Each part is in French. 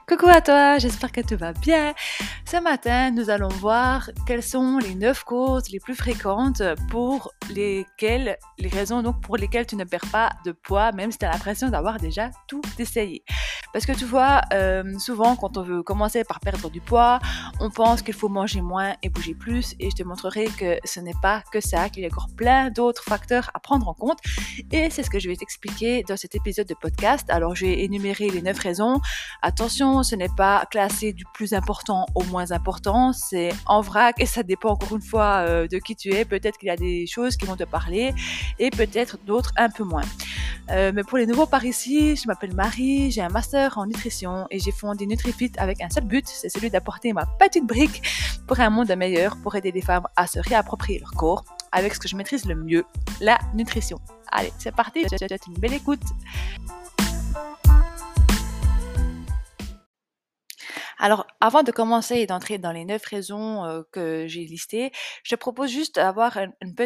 Coucou à toi, j'espère que tu vas bien. Ce matin, nous allons voir quelles sont les 9 causes les plus fréquentes pour les raisons donc pour lesquelles tu ne perds pas de poids, même si tu as l'impression d'avoir déjà tout essayé. Parce que tu vois, souvent quand on veut commencer par perdre du poids, on pense qu'il faut manger moins et bouger plus, et je te montrerai que ce n'est pas que ça, qu'il y a encore plein d'autres facteurs à prendre en compte, et c'est ce que je vais t'expliquer dans cet épisode de podcast. Alors je vais énumérer les 9 raisons. Attention, ce n'est pas classé du plus important au moins important, c'est en vrac et ça dépend encore une fois de qui tu es. Peut-être qu'il y a des choses qui vont te parler et peut-être d'autres un peu moins. Mais pour les nouveaux par ici, je m'appelle Marie, j'ai un master en nutrition et j'ai fondé NutriFit avec un seul but, c'est celui d'apporter ma petite brique pour un monde meilleur, pour aider les femmes à se réapproprier leur corps avec ce que je maîtrise le mieux, la nutrition. Allez, c'est parti, je te souhaite une belle écoute. Alors, avant de commencer et d'entrer dans les 9 raisons que j'ai listées, je te propose juste d'avoir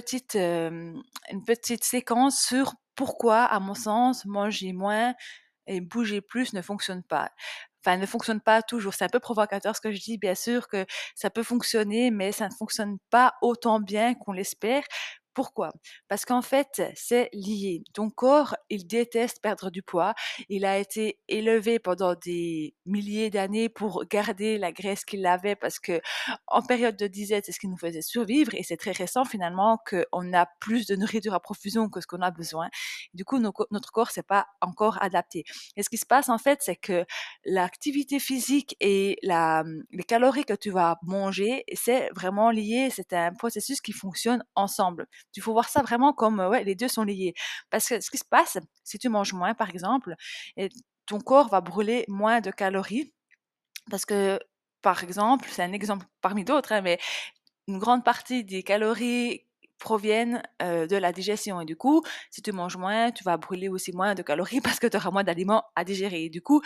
une petite séquence sur pourquoi, à mon sens, manger moins et bouger plus ne fonctionne pas. Enfin, ne fonctionne pas toujours. C'est un peu provocateur ce que je dis, bien sûr que ça peut fonctionner, mais ça ne fonctionne pas autant bien qu'on l'espère. Pourquoi? Parce qu'en fait, c'est lié. Ton corps, il déteste perdre du poids. Il a été élevé pendant des milliers d'années pour garder la graisse qu'il avait parce que en période de disette, c'est ce qui nous faisait survivre, et c'est très récent finalement qu'on a plus de nourriture à profusion que ce qu'on a besoin. Du coup, notre corps s'est pas encore adapté. Et ce qui se passe en fait, c'est que l'activité physique et les calories que tu vas manger, c'est vraiment lié, c'est un processus qui fonctionne ensemble. Il faut voir ça vraiment comme, ouais, les deux sont liés. Parce que ce qui se passe, si tu manges moins par exemple, et ton corps va brûler moins de calories parce que, par exemple, c'est un exemple parmi d'autres, hein, mais une grande partie des calories proviennent de la digestion, et du coup, si tu manges moins, tu vas brûler aussi moins de calories parce que tu auras moins d'aliments à digérer. Et du coup,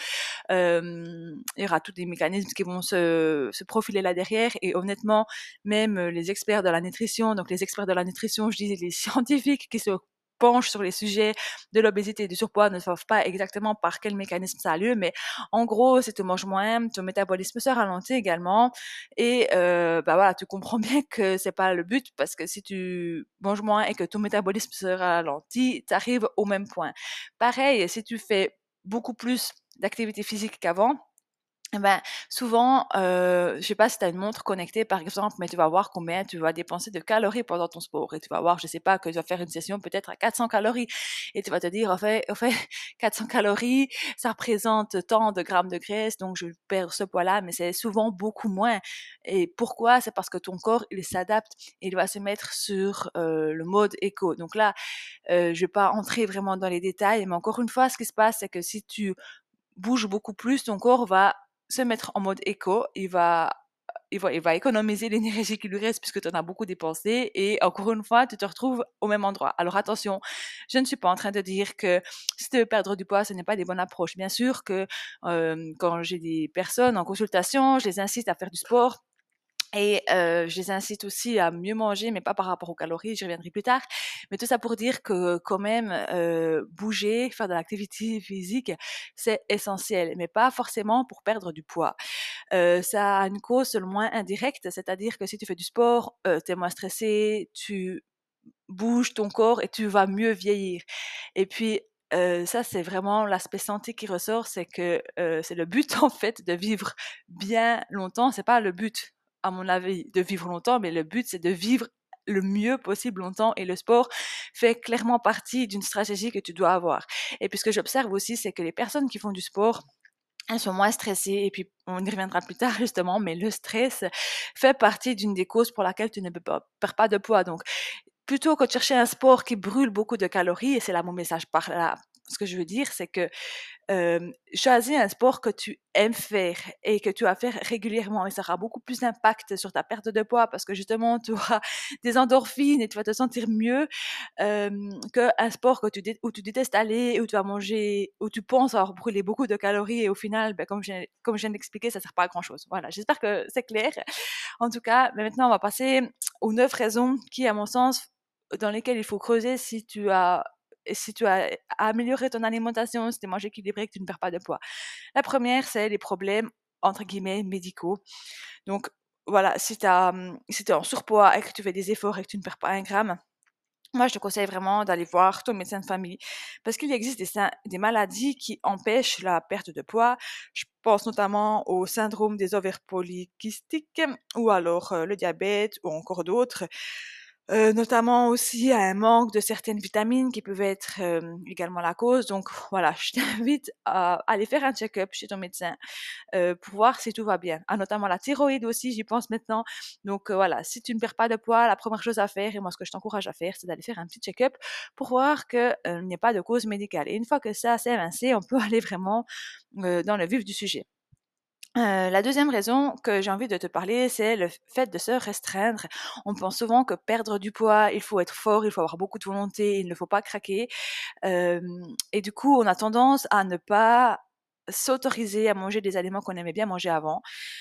il y aura tous des mécanismes qui vont se profiler là derrière, et honnêtement, même les experts de la nutrition, donc les experts de la nutrition, je dis les scientifiques qui se penchent sur les sujets de l'obésité et du surpoids, ne savent pas exactement par quel mécanisme ça a lieu, mais en gros, si tu manges moins, ton métabolisme se ralentit également, et bah voilà, tu comprends bien que c'est pas le but, parce que si tu manges moins et que ton métabolisme se ralentit, tu arrives au même point. Pareil, si tu fais beaucoup plus d'activité physique qu'avant, eh ben, souvent, je sais pas si tu as une montre connectée par exemple, mais tu vas voir combien tu vas dépenser de calories pendant ton sport, et tu vas voir, je sais pas, que tu vas faire une session peut-être à 400 calories, et tu vas te dire: «En fait 400 calories, ça représente tant de grammes de graisse, donc je perds ce poids-là», mais c'est souvent beaucoup moins. Et pourquoi? C'est parce que ton corps, il s'adapte, et il va se mettre sur, le mode éco. Donc là, je vais pas entrer vraiment dans les détails, mais encore une fois, ce qui se passe, c'est que si tu bouges beaucoup plus, ton corps va se mettre en mode éco, il va économiser l'énergie qui lui reste puisque tu en as beaucoup dépensé, et encore une fois, tu te retrouves au même endroit. Alors attention, je ne suis pas en train de dire que si tu veux perdre du poids, ce n'est pas des bonnes approches. Bien sûr que quand j'ai des personnes en consultation, je les incite à faire du sport, et je les incite aussi à mieux manger, mais pas par rapport aux calories, j'y reviendrai plus tard. Mais tout ça pour dire que quand même, bouger, faire de l'activité physique, c'est essentiel, mais pas forcément pour perdre du poids. Ça a une cause selon moi indirecte, c'est-à-dire que si tu fais du sport, tu es moins stressé, tu bouges ton corps et tu vas mieux vieillir. Et puis, ça, c'est vraiment l'aspect santé qui ressort, c'est que, c'est le but en fait de vivre bien longtemps. C'est pas le but, à mon avis, de vivre longtemps, mais le but, c'est de vivre le mieux possible longtemps, et le sport fait clairement partie d'une stratégie que tu dois avoir. Et puis ce que j'observe aussi, c'est que les personnes qui font du sport, elles sont moins stressées, et puis on y reviendra plus tard justement, mais le stress fait partie d'une des causes pour laquelle tu ne peux pas perds pas de poids. Donc plutôt que de chercher un sport qui brûle beaucoup de calories, et c'est là mon message par là, ce que je veux dire, c'est que choisis un sport que tu aimes faire et que tu vas faire régulièrement, et ça aura beaucoup plus d'impact sur ta perte de poids parce que justement tu auras des endorphines et tu vas te sentir mieux, qu'un sport où tu détestes aller, où tu vas manger, où tu penses avoir brûlé beaucoup de calories, et au final, ben, comme je viens d'expliquer, ça sert pas à grand chose. Voilà, j'espère que c'est clair. En tout cas, ben maintenant on va passer aux 9 raisons qui, à mon sens, dans lesquelles il faut creuser si tu as si tu as amélioré ton alimentation, si tu manges équilibré, que tu ne perds pas de poids. La première, c'est les problèmes entre guillemets «médicaux». Donc voilà, si tu es en surpoids et que tu fais des efforts et que tu ne perds pas un gramme, moi, je te conseille vraiment d'aller voir ton médecin de famille parce qu'il existe des maladies qui empêchent la perte de poids. Je pense notamment au syndrome des ovaires polykystiques ou alors le diabète ou encore d'autres. Notamment aussi à un manque de certaines vitamines qui peuvent être également la cause. Donc voilà, je t'invite à aller faire un check-up chez ton médecin pour voir si tout va bien. Ah, notamment la thyroïde aussi, j'y pense maintenant. Donc voilà, si tu ne perds pas de poids, la première chose à faire, et moi ce que je t'encourage à faire, c'est d'aller faire un petit check-up pour voir qu'il n'y a pas de cause médicale. Et une fois que ça c'est évincé, on peut aller vraiment dans le vif du sujet. La deuxième raison que j'ai envie de te parler, c'est le fait de se restreindre. On pense souvent que perdre du poids, il faut être fort, il faut avoir beaucoup de volonté, il ne faut pas craquer. Et du coup, on a tendance à ne pas s'autoriser à manger des aliments qu'on aimait bien manger avant.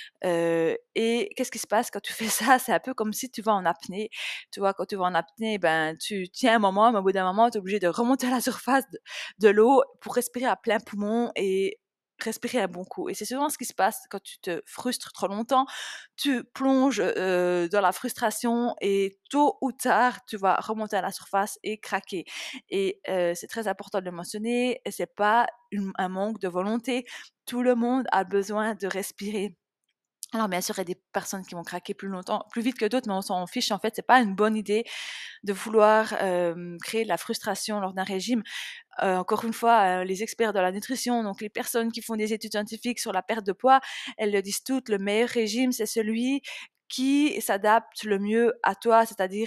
Et qu'est-ce qui se passe quand tu fais ça? C'est un peu comme si tu vas en apnée. Tu vois, quand tu vas en apnée, ben, tu tiens un moment, mais au bout d'un moment, tu es obligé de remonter à la surface de l'eau pour respirer à plein poumon et respirer un bon coup. Et c'est souvent ce qui se passe quand tu te frustres trop longtemps. Tu plonges dans la frustration et tôt ou tard, tu vas remonter à la surface et craquer. Et c'est très important de le mentionner. C'est pas un manque de volonté. Tout le monde a besoin de respirer. Alors bien sûr, il y a des personnes qui vont craquer plus longtemps, plus vite que d'autres, mais on s'en fiche. En fait, c'est pas une bonne idée de vouloir créer de la frustration lors d'un régime. Encore une fois, les experts de la nutrition, donc les personnes qui font des études scientifiques sur la perte de poids, elles le disent toutes, le meilleur régime, c'est celui qui s'adapte le mieux à toi, c'est-à-dire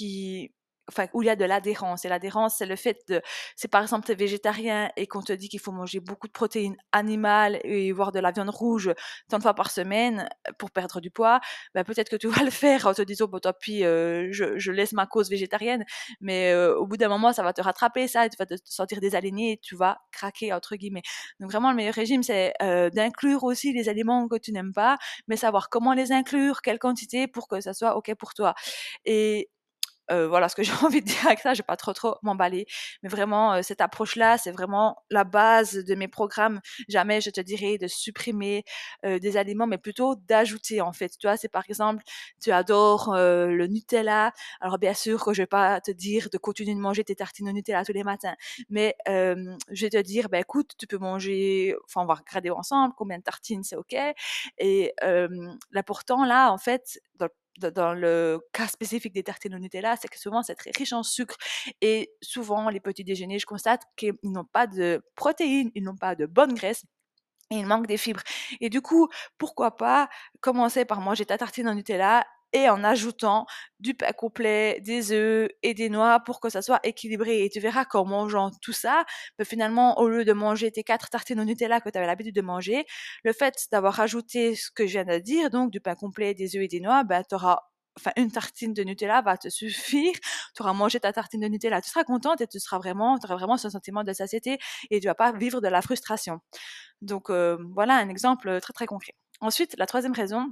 où il y a de l'adhérence. Et l'adhérence, c'est le fait de, si par exemple tu es végétarien et qu'on te dit qu'il faut manger beaucoup de protéines animales et voire de la viande rouge tant de fois par semaine pour perdre du poids, ben peut-être que tu vas le faire en te disant, bon, tant pis, je laisse ma cause végétarienne, mais au bout d'un moment, ça va te rattraper ça et tu vas te sentir désaligné et tu vas craquer, entre guillemets. Donc vraiment, le meilleur régime, c'est d'inclure aussi les aliments que tu n'aimes pas, mais savoir comment les inclure, quelle quantité pour que ça soit OK pour toi. Et voilà ce que j'ai envie de dire avec ça, je vais pas trop m'emballer, mais vraiment, cette approche-là, c'est vraiment la base de mes programmes. Jamais je te dirais de supprimer, des aliments, mais plutôt d'ajouter, en fait. Tu vois, c'est par exemple, tu adores, le Nutella, alors bien sûr que je vais pas te dire de continuer de manger tes tartines au Nutella tous les matins, mais je vais te dire: «Bah, écoute, tu peux manger», enfin, on va regarder ensemble combien de tartines, c'est OK, et l'important là, en fait, dans le cas spécifique des tartines au Nutella, c'est que souvent c'est très riche en sucre et souvent les petits déjeuners, je constate qu'ils n'ont pas de protéines, ils n'ont pas de bonne graisse et il manque des fibres. Et du coup, pourquoi pas commencer par manger ta tartine au Nutella et en ajoutant du pain complet, des œufs et des noix pour que ça soit équilibré. Et tu verras qu'en mangeant tout ça, finalement, au lieu de manger tes 4 tartines au Nutella que tu avais l'habitude de manger, le fait d'avoir ajouté ce que je viens de dire, donc du pain complet, des œufs et des noix, enfin, une tartine de Nutella va te suffire. Tu auras mangé ta tartine de Nutella, tu seras contente et tu auras vraiment ce sentiment de satiété et tu vas pas vivre de la frustration. Donc voilà un exemple très très concret. Ensuite, la troisième raison,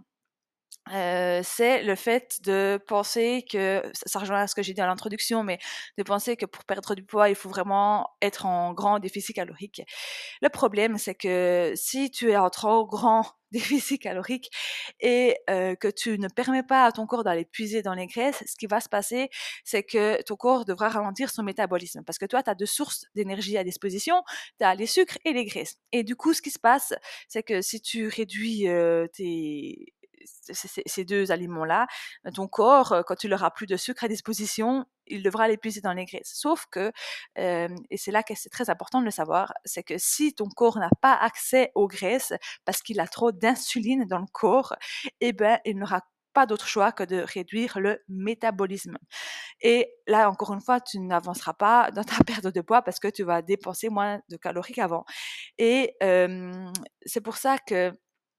c'est le fait de penser que ça rejoint à ce que j'ai dit à l'introduction, mais de penser que pour perdre du poids, il faut vraiment être en grand déficit calorique. Le problème, c'est que si tu es en trop grand déficit calorique et que tu ne permets pas à ton corps d'aller puiser dans les graisses, ce qui va se passer, c'est que ton corps devra ralentir son métabolisme parce que toi, tu as 2 sources d'énergie à disposition, tu as les sucres et les graisses. Et du coup, ce qui se passe, c'est que si tu réduis, tes ces 2 aliments-là, ton corps, quand tu n'auras plus de sucre à disposition, il devra l'épuiser dans les graisses. Sauf que, et c'est là que c'est très important de le savoir, c'est que si ton corps n'a pas accès aux graisses parce qu'il a trop d'insuline dans le corps, eh ben, il n'aura pas d'autre choix que de réduire le métabolisme. Et là, encore une fois, tu n'avanceras pas dans ta perte de poids parce que tu vas dépenser moins de calories qu'avant. Et c'est pour ça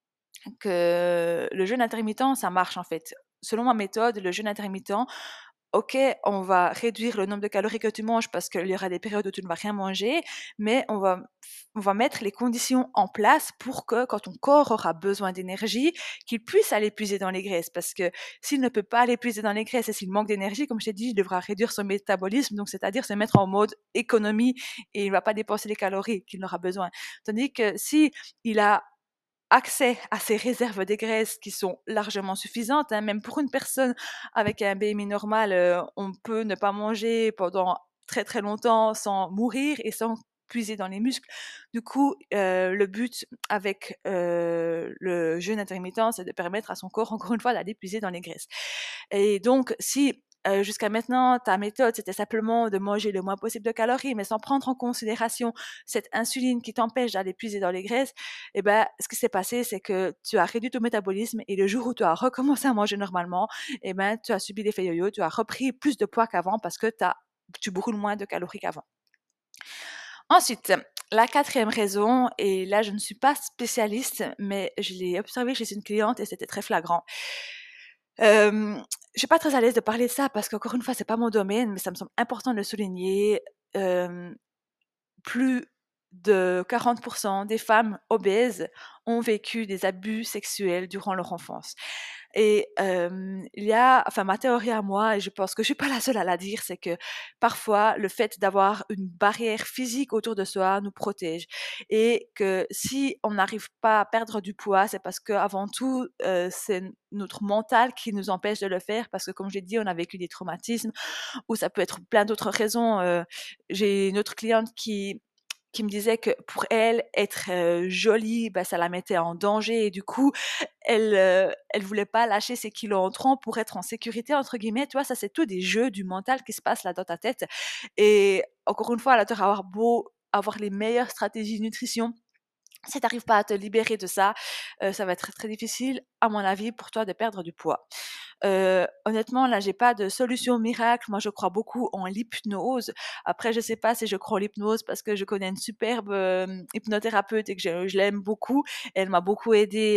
que le jeûne intermittent, ça marche en fait. Selon ma méthode, le jeûne intermittent, OK, on va réduire le nombre de calories que tu manges parce qu'il y aura des périodes où tu ne vas rien manger, mais on va mettre les conditions en place pour que quand ton corps aura besoin d'énergie, qu'il puisse aller puiser dans les graisses. Parce que s'il ne peut pas aller puiser dans les graisses et s'il manque d'énergie, comme je t'ai dit, il devra réduire son métabolisme, donc c'est-à-dire se mettre en mode économie et il ne va pas dépenser les calories qu'il aura besoin. Tandis que si il a accès à ces réserves de graisse qui sont largement suffisantes, hein. Même pour une personne avec un BMI normal, on peut ne pas manger pendant très, très longtemps sans mourir et sans puiser dans les muscles. Du coup, le but avec, le jeûne intermittent, c'est de permettre à son corps, encore une fois, d'aller puiser dans les graisses. Et donc si, jusqu'à maintenant, ta méthode, c'était simplement de manger le moins possible de calories, mais sans prendre en considération cette insuline qui t'empêche d'aller puiser dans les graisses, et ben, ce qui s'est passé, c'est que tu as réduit ton métabolisme et le jour où tu as recommencé à manger normalement, et ben, tu as subi l'effet yo-yo, tu as repris plus de poids qu'avant parce que tu brûles moins de calories qu'avant. Ensuite, la quatrième raison, et là je ne suis pas spécialiste, mais je l'ai observé chez une cliente et c'était très flagrant. Je suis pas très à l'aise de parler de ça parce qu'encore une fois, c'est pas mon domaine, mais ça me semble important de le souligner. Hem, Plus de 40% des femmes obèses ont vécu des abus sexuels durant leur enfance. Et il y a, enfin, ma théorie à moi, et je pense que je suis pas la seule à la dire, c'est que parfois le fait d'avoir une barrière physique autour de soi nous protège, et que si on n'arrive pas à perdre du poids, c'est parce que avant tout, c'est notre mental qui nous empêche de le faire, parce que comme j'ai dit, on a vécu des traumatismes, ou ça peut être plein d'autres raisons. J'ai une autre cliente qui me disait que pour elle, être jolie, bah, ça la mettait en danger, et du coup, elle voulait pas lâcher ses kilos entrants pour être en sécurité entre guillemets. Tu vois, ça c'est tout des jeux du mental qui se passent là dans ta tête. Et encore une fois, là, tu avoir beau avoir les meilleures stratégies de nutrition, si tu n'arrives pas à te libérer de ça, ça va être très, très difficile, à mon avis, pour toi de perdre du poids. Honnêtement, là, j'ai pas de solution miracle. Moi, je crois beaucoup en l'hypnose. Après, je sais pas si je crois en l'hypnose parce que je connais une superbe, hypnothérapeute et que je l'aime beaucoup. Elle m'a beaucoup aidée,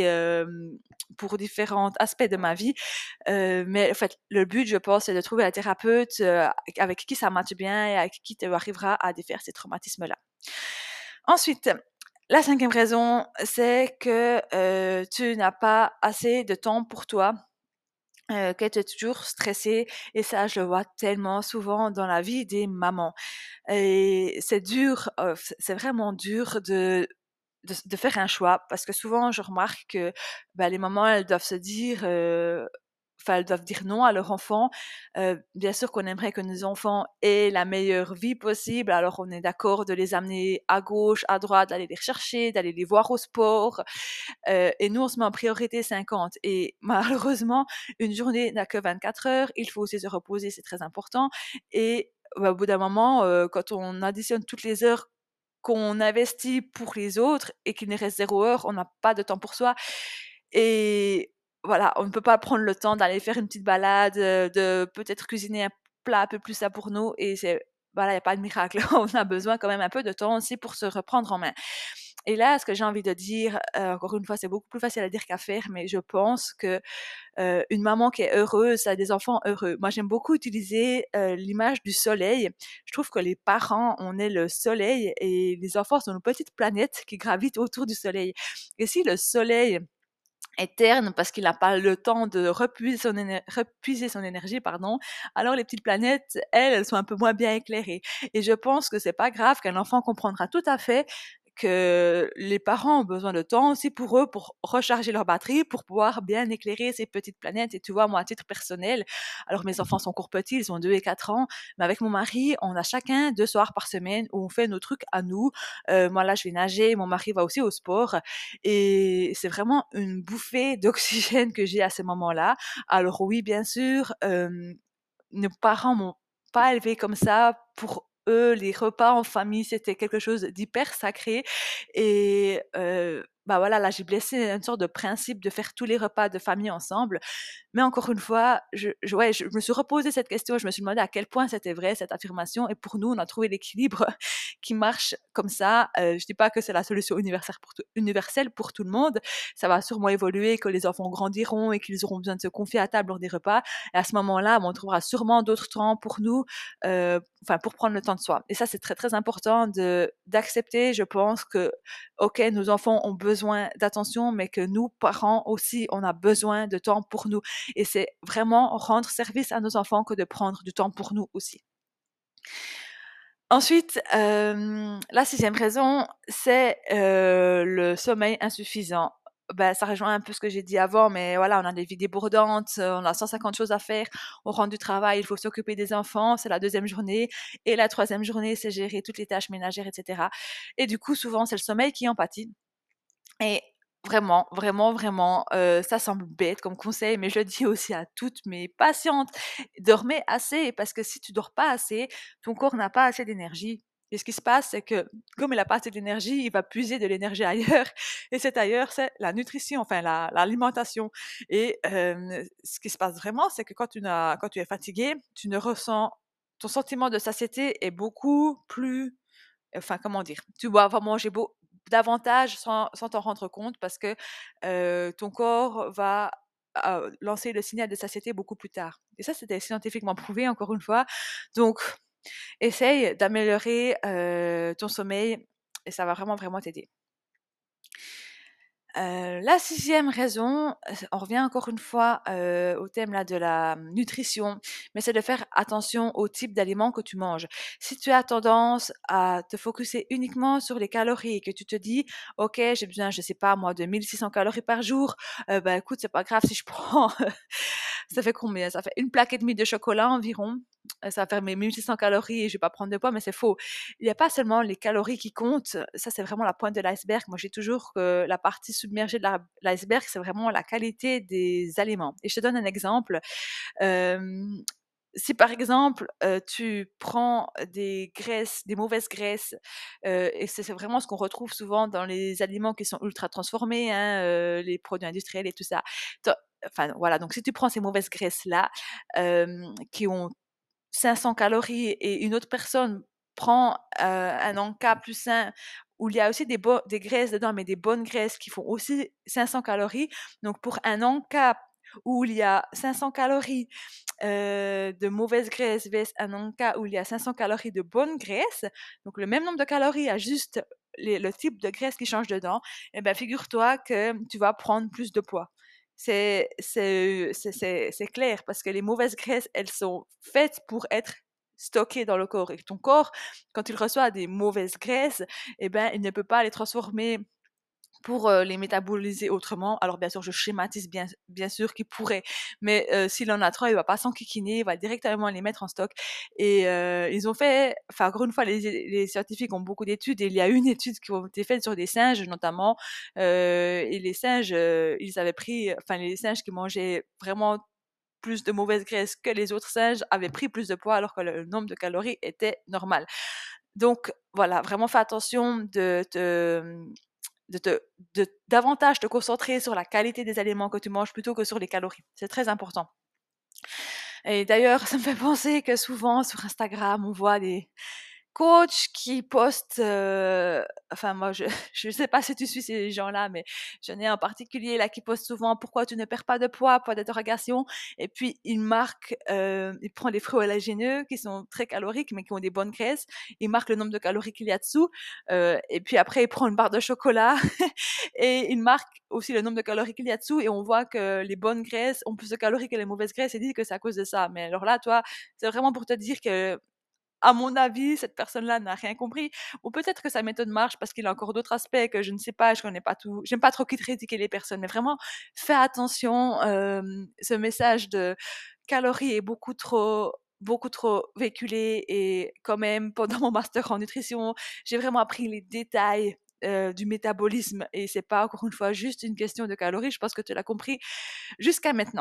pour différents aspects de ma vie. Mais en fait, le but, je pense, c'est de trouver un thérapeute, avec qui ça matche bien et avec qui tu arriveras à défaire ces traumatismes-là. Ensuite, la cinquième raison, c'est que, tu n'as pas assez de temps pour toi, que tu es toujours stressée, et ça, je le vois tellement souvent dans la vie des mamans, et c'est dur, c'est vraiment dur de faire un choix, parce que souvent je remarque que, bah, les mamans, elles doivent se dire, enfin, elles doivent dire non à leur enfant. Bien sûr qu'on aimerait que nos enfants aient la meilleure vie possible, alors on est d'accord de les amener à gauche, à droite, d'aller les rechercher, d'aller les voir au sport, et nous, on se met en priorité 50, et malheureusement, une journée n'a que 24 heures, il faut aussi se reposer, c'est très important, et bah, au bout d'un moment, quand on additionne toutes les heures qu'on investit pour les autres et qu'il nous reste 0 heure, on n'a pas de temps pour soi, et voilà, on ne peut pas prendre le temps d'aller faire une petite balade, de peut-être cuisiner un plat un peu plus ça pour nous, et c'est voilà, il y a pas de miracle. On a besoin quand même un peu de temps aussi pour se reprendre en main. Et là, ce que j'ai envie de dire, encore une fois, c'est beaucoup plus facile à dire qu'à faire, mais je pense que, une maman qui est heureuse a des enfants heureux. Moi, j'aime beaucoup utiliser, l'image du soleil. Je trouve que les parents, on est le soleil et les enfants sont une petite planète qui gravite autour du soleil. Et si le soleil est terne parce qu'il n'a pas le temps de repuiser son énergie, pardon, alors les petites planètes, elles sont un peu moins bien éclairées. Et je pense que c'est pas grave, qu'un enfant comprendra tout à fait que les parents ont besoin de temps aussi pour eux, pour recharger leur batterie, pour pouvoir bien éclairer ces petites planètes. Et tu vois, moi, à titre personnel, alors mes enfants sont encore petits, ils ont 2 et 4 ans, mais avec mon mari, on a chacun 2 soirs par semaine où on fait nos trucs à nous. Moi, là, je vais nager, mon mari va aussi au sport, et c'est vraiment une bouffée d'oxygène que j'ai à ce moment-là. Alors oui, bien sûr, nos parents m'ont pas élevée comme ça. Pour eux, les repas en famille, c'était quelque chose d'hyper sacré, et bah, voilà, là, j'ai blessé une sorte de principe de faire tous les repas de famille ensemble. Mais encore une fois, ouais, je me suis reposé cette question, je me suis demandé à quel point c'était vrai cette affirmation et pour nous, on a trouvé l'équilibre qui marche comme ça. Je dis pas que c'est la solution universelle pour tout le monde. Ça va sûrement évoluer, que les enfants grandiront et qu'ils auront besoin de se confier à table lors des repas. Et à ce moment-là, on trouvera sûrement d'autres temps pour nous, enfin, pour prendre le temps de soi. Et ça, c'est très, très important d'accepter, je pense que, OK, nos enfants ont besoin d'attention, mais que nous, parents aussi, on a besoin de temps pour nous. Et c'est vraiment rendre service à nos enfants que de prendre du temps pour nous aussi. Ensuite, la sixième raison, c'est, le sommeil insuffisant. Bah, ça rejoint un peu ce que j'ai dit avant, mais voilà, on a des vies débordantes, on a 150 choses à faire, on rentre du travail, il faut s'occuper des enfants, c'est la deuxième journée et la troisième journée, c'est gérer toutes les tâches ménagères et cetera et du coup, souvent, c'est le sommeil qui en pâtit. Et vraiment, vraiment, vraiment, ça semble bête comme conseil, mais je le dis aussi à toutes mes patientes: «Dormez assez» parce que si tu dors pas assez, ton corps n'a pas assez d'énergie et ce qui se passe, c'est que comme il a pas assez d'énergie, il va puiser de l'énergie ailleurs et cet ailleurs, c'est la nutrition, enfin l'alimentation et ce qui se passe vraiment, c'est que quand tu es fatigué, tu ne ressens ton sentiment de satiété est beaucoup plus enfin, comment dire? Tu vas avoir mangé davantage sans t'en rendre compte parce que, ton corps va, lancer le signal de satiété beaucoup plus tard et ça, c'était scientifiquement prouvé encore une fois. Donc essaye d'améliorer, ton sommeil et ça va vraiment, vraiment t'aider. La sixième raison, on revient encore une fois, au thème là de la nutrition, mais c'est de faire attention au type d'aliments que tu manges. Si tu as tendance à te focuser uniquement sur les calories et que tu te dis: «OK, j'ai besoin, je sais pas moi, de 1 600 calories par jour, bah, écoute, c'est pas grave si je prends» ça fait combien? Ça fait une plaque et demie de chocolat environ, ça va faire mes 1 600 calories et je vais pas prendre de poids, mais c'est faux. Il n'y a pas seulement les calories qui comptent, ça c'est vraiment la pointe de l'iceberg. Moi, j'ai toujours que la partie submergée de l'iceberg, c'est vraiment la qualité des aliments. Et je te donne un exemple. Hem, si par exemple, tu prends des graisses, des mauvaises graisses, et c'est vraiment ce qu'on retrouve souvent dans les aliments qui sont ultra transformés, hein, les produits industriels et tout ça. To Enfin voilà, donc si tu prends ces mauvaises graisses-là, qui ont 500 calories et une autre personne prend, un encas plus sain où il y a aussi des graisses dedans, mais des bonnes graisses qui font aussi 500 calories. Donc pour un encas où il y a 500 calories, de mauvaises graisses vs un encas où il y a 500 calories de bonnes graisses, donc le même nombre de calories à juste le type de graisse qui change dedans, et ben figure-toi que tu vas prendre plus de poids. C'est clair parce que les mauvaises graisses, elles sont faites pour être stockées dans le corps et ton corps, quand il reçoit des mauvaises graisses, eh ben, il ne peut pas les transformer pour, les métaboliser autrement. Alors bien sûr, je schématise bien sûr qu'il pourrait, mais s'il en a trop, il va pas s'enquiquiner, il va directement les mettre en stock et ils ont fait enfin encore une fois, les scientifiques ont beaucoup d'études et il y a une étude qui ont été faite sur des singes notamment, et les singes, ils avaient pris enfin les singes qui mangeaient vraiment plus de mauvaise graisse que les autres singes avaient pris plus de poids alors que le nombre de calories était normal. Donc voilà, vraiment fais attention de te davantage te concentrer sur la qualité des aliments que tu manges plutôt que sur les calories. C'est très important. Et d'ailleurs, ça me fait penser que souvent sur Instagram, on voit des coachs qui postent, enfin moi je je sais pas si tu suis ces gens-là, mais j'en ai un en particulier là qui poste souvent: «Pourquoi tu ne perds pas de poids?» point d'interrogation et puis il prend des fruits oléagineux qui sont très caloriques, mais qui ont des bonnes graisses. Il marque le nombre de calories qu'il y a dessous, et puis après il prend une barre de chocolat et il marque aussi le nombre de calories qu'il y a dessous et on voit que les bonnes graisses ont plus de calories que les mauvaises graisses et dit que c'est à cause de ça. Mais alors là, toi, c'est vraiment pour te dire que à mon avis, cette personne-là n'a rien compris. Ou peut-être que sa méthode marche parce qu'il a encore d'autres aspects que je ne sais pas, je connais pas tout. J'aime pas trop critiquer les personnes, mais vraiment, fais attention. Ce message de calories est beaucoup trop véhiculé et quand même, pendant mon master en nutrition, j'ai vraiment appris les détails du métabolisme et c'est pas encore une fois juste une question de calories. Je pense que tu l'as compris jusqu'à maintenant.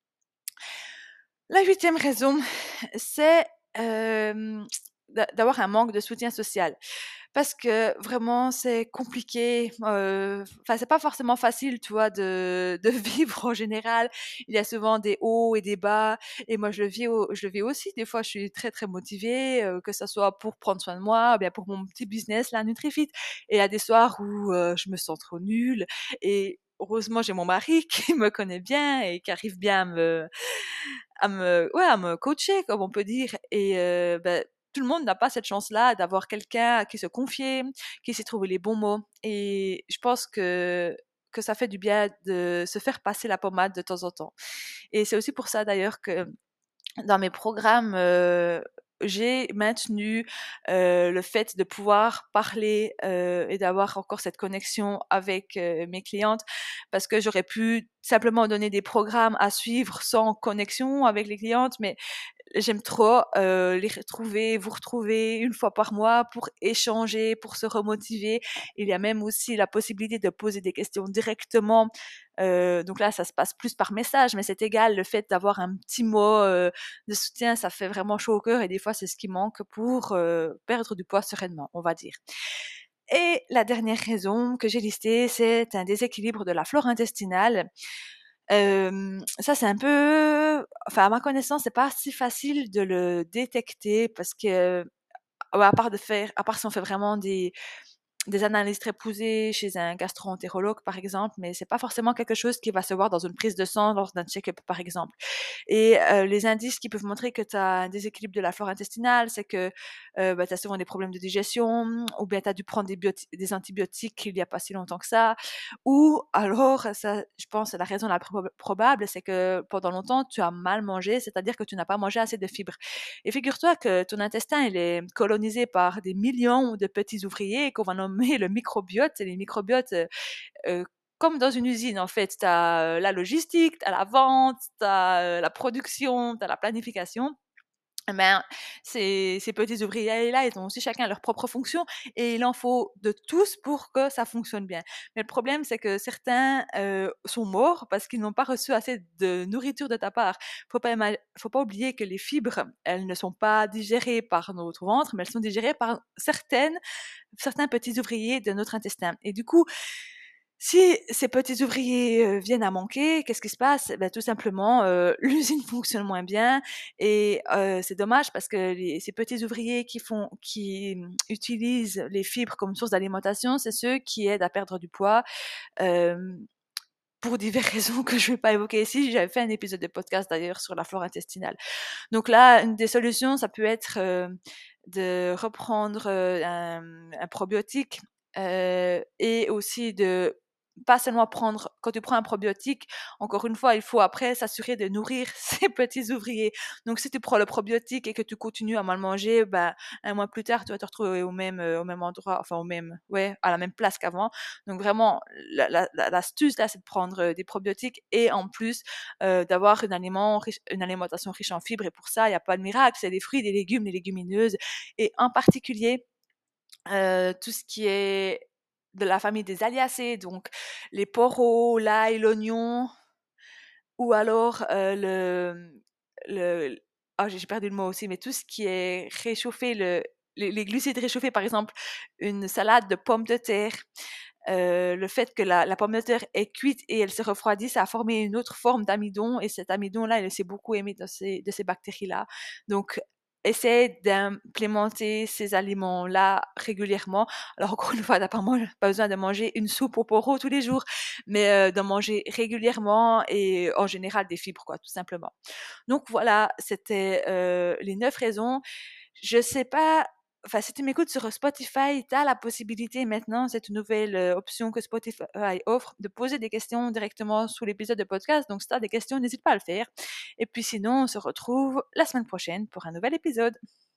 La huitième raison, c'est d'avoir un manque de soutien social. Parce que vraiment c'est compliqué, enfin c'est pas forcément facile, tu vois, de vivre en général. Il y a souvent des hauts et des bas et moi je le vis aussi. Des fois je suis très, très motivée, que ça soit pour prendre soin de moi ou bien pour mon petit business, la NutriFit et il y a des soirs où, je me sens trop nulle et heureusement j'ai mon mari qui me connaît bien et qui arrive bien à me coacher comme on peut dire et tout le monde n'a pas cette chance-là d'avoir quelqu'un à qui se confier, qui sait trouver les bons mots. Et je pense que ça fait du bien de se faire passer la pommade de temps en temps. Et c'est aussi pour ça d'ailleurs que dans mes programmes, j'ai maintenu le fait de pouvoir parler et d'avoir encore cette connexion avec mes clientes parce que j'aurais pu simplement donner des programmes à suivre sans connexion avec les clientes, mais j'aime trop, les retrouver, vous retrouver une fois par mois pour échanger, pour se remotiver. Il y a même aussi la possibilité de poser des questions directement. Donc là, ça se passe plus par message, mais c'est égal. Le fait d'avoir un petit mot de soutien, ça fait vraiment chaud au cœur et des fois, c'est ce qui manque pour perdre du poids sereinement, on va dire. Et la dernière raison que j'ai listée, c'est un déséquilibre de la flore intestinale. Ça, c'est un peu, enfin, à ma connaissance, c'est pas si facile de le détecter parce que, ouais, à part si on fait vraiment des analyses très poussées chez un gastro-entérologue, par exemple, mais c'est pas forcément quelque chose qui va se voir dans une prise de sang lors d'un check-up, par exemple. Et les indices qui peuvent montrer que tu as un déséquilibre de la flore intestinale, c'est que tu as souvent des problèmes de digestion, ou bien tu as dû prendre des antibiotiques il y a pas si longtemps que ça, ou alors, ça, je pense, la raison la plus probable, c'est que pendant longtemps, tu as mal mangé, c'est-à-dire que tu n'as pas mangé assez de fibres. Et figure-toi que ton intestin, il est colonisé par des millions de petits ouvriers qu'on va nommer le microbiote. Et les microbiotes, comme dans une usine, en fait, tu as la logistique, tu as la vente, tu as la production, tu as la planification. Eh ben, ces petits ouvriers-là, ils ont aussi chacun leur propre fonction et il en faut de tous pour que ça fonctionne bien. Mais le problème, c'est que certains sont morts parce qu'ils n'ont pas reçu assez de nourriture de ta part. Faut pas oublier que les fibres, elles ne sont pas digérées par notre ventre, mais elles sont digérées par certains petits ouvriers de notre intestin. Et du coup, si ces petits ouvriers viennent à manquer, qu'est-ce qui se passe? Ben, tout simplement, l'usine fonctionne moins bien et c'est dommage parce que ces petits ouvriers utilisent les fibres comme source d'alimentation, c'est ceux qui aident à perdre du poids, hem, pour diverses raisons que je ne vais pas évoquer ici. J'avais fait un épisode de podcast d'ailleurs sur la flore intestinale. Donc là, une des solutions, ça peut être, de reprendre, un probiotique, et aussi de pas seulement prendre quand tu prends un probiotique, encore une fois, il faut après s'assurer de nourrir ces petits ouvriers. Donc si tu prends le probiotique et que tu continues à mal manger, bah, 1 mois plus tard, tu vas te retrouver au même endroit, enfin à la même place qu'avant. Donc vraiment l'astuce là, c'est de prendre, des probiotiques et en plus, d'avoir une alimentation riche en fibres et pour ça, il y a pas de miracle, c'est des fruits, des légumes, des légumineuses et en particulier, tout ce qui est de la famille des Aliacées, donc les poireaux, l'ail, l'oignon ou alors, le j'ai perdu le mot aussi, mais tout ce qui est réchauffé, les glucides réchauffés, par exemple, une salade de pommes de terre, le fait que la pomme de terre est cuite et elle se refroidit, ça a formé une autre forme d'amidon et cet amidon-là, il s'est beaucoup émis de ces bactéries-là. Donc, essaie d'implémenter ces aliments-là régulièrement. Alors encore une fois, tu pas besoin de manger une soupe au poireaux tous les jours, mais d'en manger régulièrement et en général des fibres, quoi, tout simplement. Donc voilà, c'était les 9 raisons. Je sais pas, enfin, si tu m'écoutes sur Spotify, tu as la possibilité maintenant, cette nouvelle option que Spotify offre, de poser des questions directement sous l'épisode de podcast. Donc si tu as des questions, n'hésite pas à le faire. Et puis sinon, on se retrouve la semaine prochaine pour un nouvel épisode.